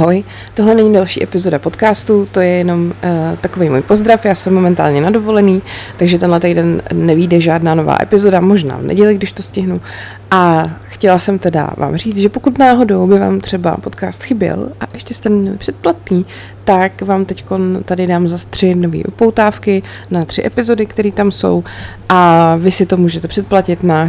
Ahoj, tohle není další epizoda podcastu, to je jenom takový můj pozdrav, já jsem momentálně na dovolený, takže tenhle týden nevyjde žádná nová epizoda, možná v neděli, když to stihnu. A chtěla jsem teda vám říct, že pokud náhodou by vám třeba podcast chyběl a ještě jste neměli předplatný, tak vám teď tady dám zase 3 nové upoutávky na 3 epizody, které tam jsou a vy si to můžete předplatit na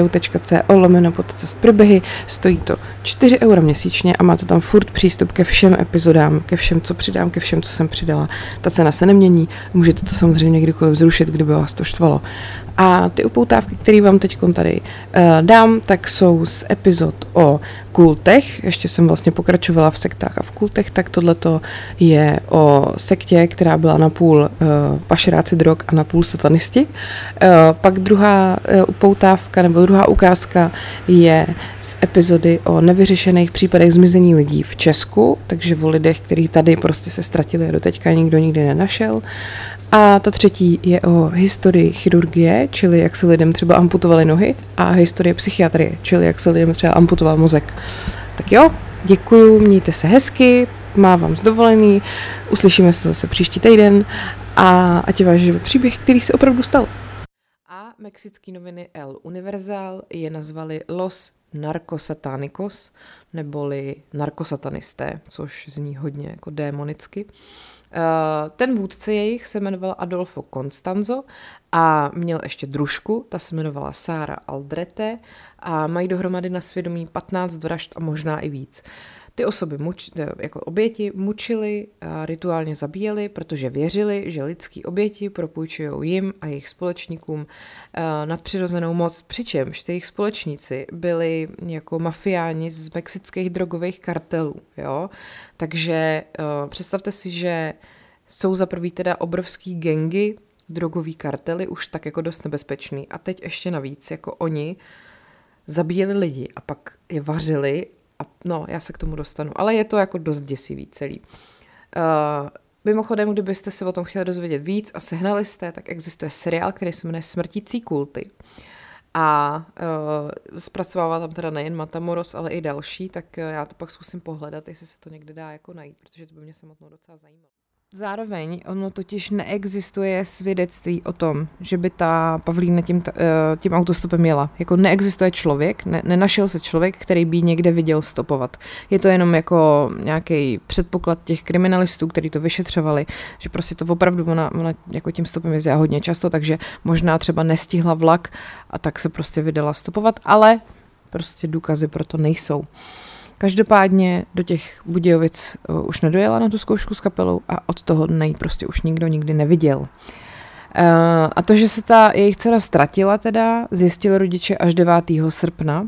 herohero.co/podcastproběhy. Stojí to 4 € měsíčně a máte tam furt přístup ke všem epizodám, ke všem, co přidám, ke všem, co jsem přidala. Ta cena se nemění, můžete to samozřejmě kdykoliv zrušit, kdyby vás to štvalo. A ty upoutávky, které vám teď tady dám, tak jsou z epizod o kultech. Ještě jsem vlastně pokračovala v sektách a v kultech, tak tohleto je o sektě, která byla napůl pašeráci drog a napůl satanisti. Pak druhá upoutávka nebo druhá ukázka je z epizody o nevyřešených případech zmizení lidí v Česku, takže o lidech, kteří tady prostě se ztratili a doteďka nikdo nikdy nenašel. A ta třetí je o historii chirurgie, čili jak se lidem třeba amputovaly nohy, a historie psychiatrie, čili jak se lidem třeba amputoval mozek. Tak jo, děkuju, mějte se hezky, mávám z dovolený, uslyšíme se zase příští týden a ať je váš život příběh, který se opravdu stal. A mexický noviny El Universal je nazvali Los Narcosatánicos, neboli narkosatanisté, což zní hodně jako démonicky. Ten vůdce jejich se jmenoval Adolfo Constanzo a měl ještě družku, ta se jmenovala Sara Aldrete a mají dohromady na svědomí 15 vražd a možná i víc. Ty osoby jako oběti mučili a rituálně zabíjeli, protože věřili, že lidský oběti propůjčují jim a jejich společníkům nadpřirozenou moc, přičemž ty jejich společníci byli jako mafiáni z mexických drogových kartelů. Jo? Takže představte si, že jsou za prvý teda obrovský gangy, drogový kartely, už tak jako dost nebezpečný. A teď ještě navíc, jako oni zabíjeli lidi a pak je vařili. No, já se k tomu dostanu, ale je to jako dost děsivý celý. Mimochodem, kdybyste se o tom chtěli dozvědět víc a sehnali jste, tak existuje seriál, který se jmenuje Smrtící kulty. A zpracovává tam teda nejen Matamoros, ale i další, tak já to pak zkusím pohledat, jestli se to někde dá jako najít, protože to by mě samotnou docela zajímalo. Zároveň ono totiž neexistuje svědectví o tom, že by ta Pavlína tím autostopem jela. Jako neexistuje člověk, nenašel se člověk, který by někde viděl stopovat. Je to jenom jako nějaký předpoklad těch kriminalistů, kteří to vyšetřovali, že prostě to opravdu ona jako tím stopem jezdila hodně často, takže možná třeba nestihla vlak a tak se prostě vydala stopovat, ale prostě důkazy pro to nejsou. Každopádně do těch Budějovic už nedojela na tu zkoušku s kapelou a od toho dne ji prostě už nikdo nikdy neviděl. A to, že se ta jejich dcera ztratila teda, zjistili rodiče až 9. srpna.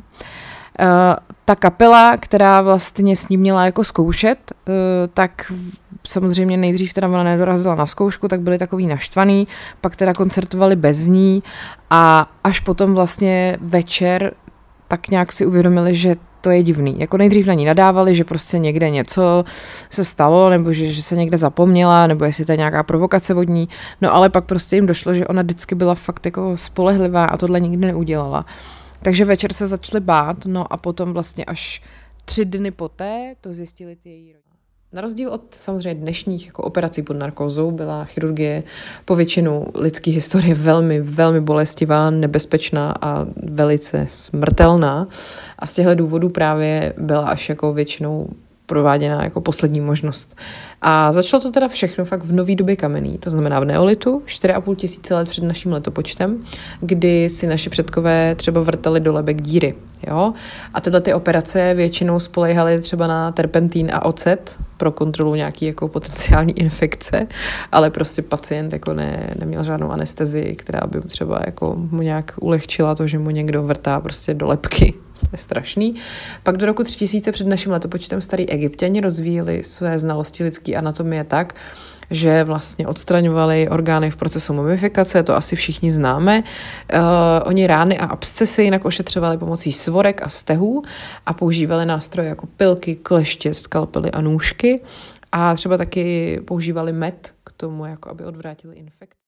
Ta kapela, která vlastně s ním měla jako zkoušet, tak samozřejmě nejdřív teda ona nedorazila na zkoušku, tak byli takový naštvaný, pak teda koncertovali bez ní a až potom vlastně večer tak nějak si uvědomili, že to je divný. Jako nejdřív na ní nadávali, že prostě někde něco se stalo, nebo že se někde zapomněla, nebo jestli to je nějaká provokace od ní. No ale pak prostě jim došlo, že ona vždycky byla fakt jako spolehlivá a tohle nikdy neudělala. Takže večer se začali bát, no a potom vlastně až 3 dny poté to zjistili ty její rodiny. Na rozdíl od samozřejmě dnešních jako operací pod narkózou byla chirurgie po většinu lidské historie velmi, velmi bolestivá, nebezpečná a velice smrtelná. A z těchto důvodů právě byla až jako většinou prováděna jako poslední možnost. A začalo to teda všechno fakt v nový době kamenný, to znamená v neolitu, 4,5 tisíce let před naším letopočtem, kdy si naši předkové třeba vrtali do lebek díry. Jo? A tyhle ty operace většinou spoléhaly třeba na terpentín a ocet pro kontrolu nějaký jako potenciální infekce, ale prostě pacient jako neměl žádnou anestezii, která by třeba jako mu nějak ulehčila to, že mu někdo vrtá prostě do lebky. To je strašný. Pak do roku 3000 před naším letopočtem starí Egypťani rozvíjeli své znalosti lidské anatomie tak, že vlastně odstraňovali orgány v procesu mumifikace, to asi všichni známe. Oni rány a abscesy jinak ošetřovali pomocí svorek a stehů a používali nástroje jako pilky, kleště, skalpely a nůžky a třeba taky používali med k tomu, jako aby odvrátili infekci.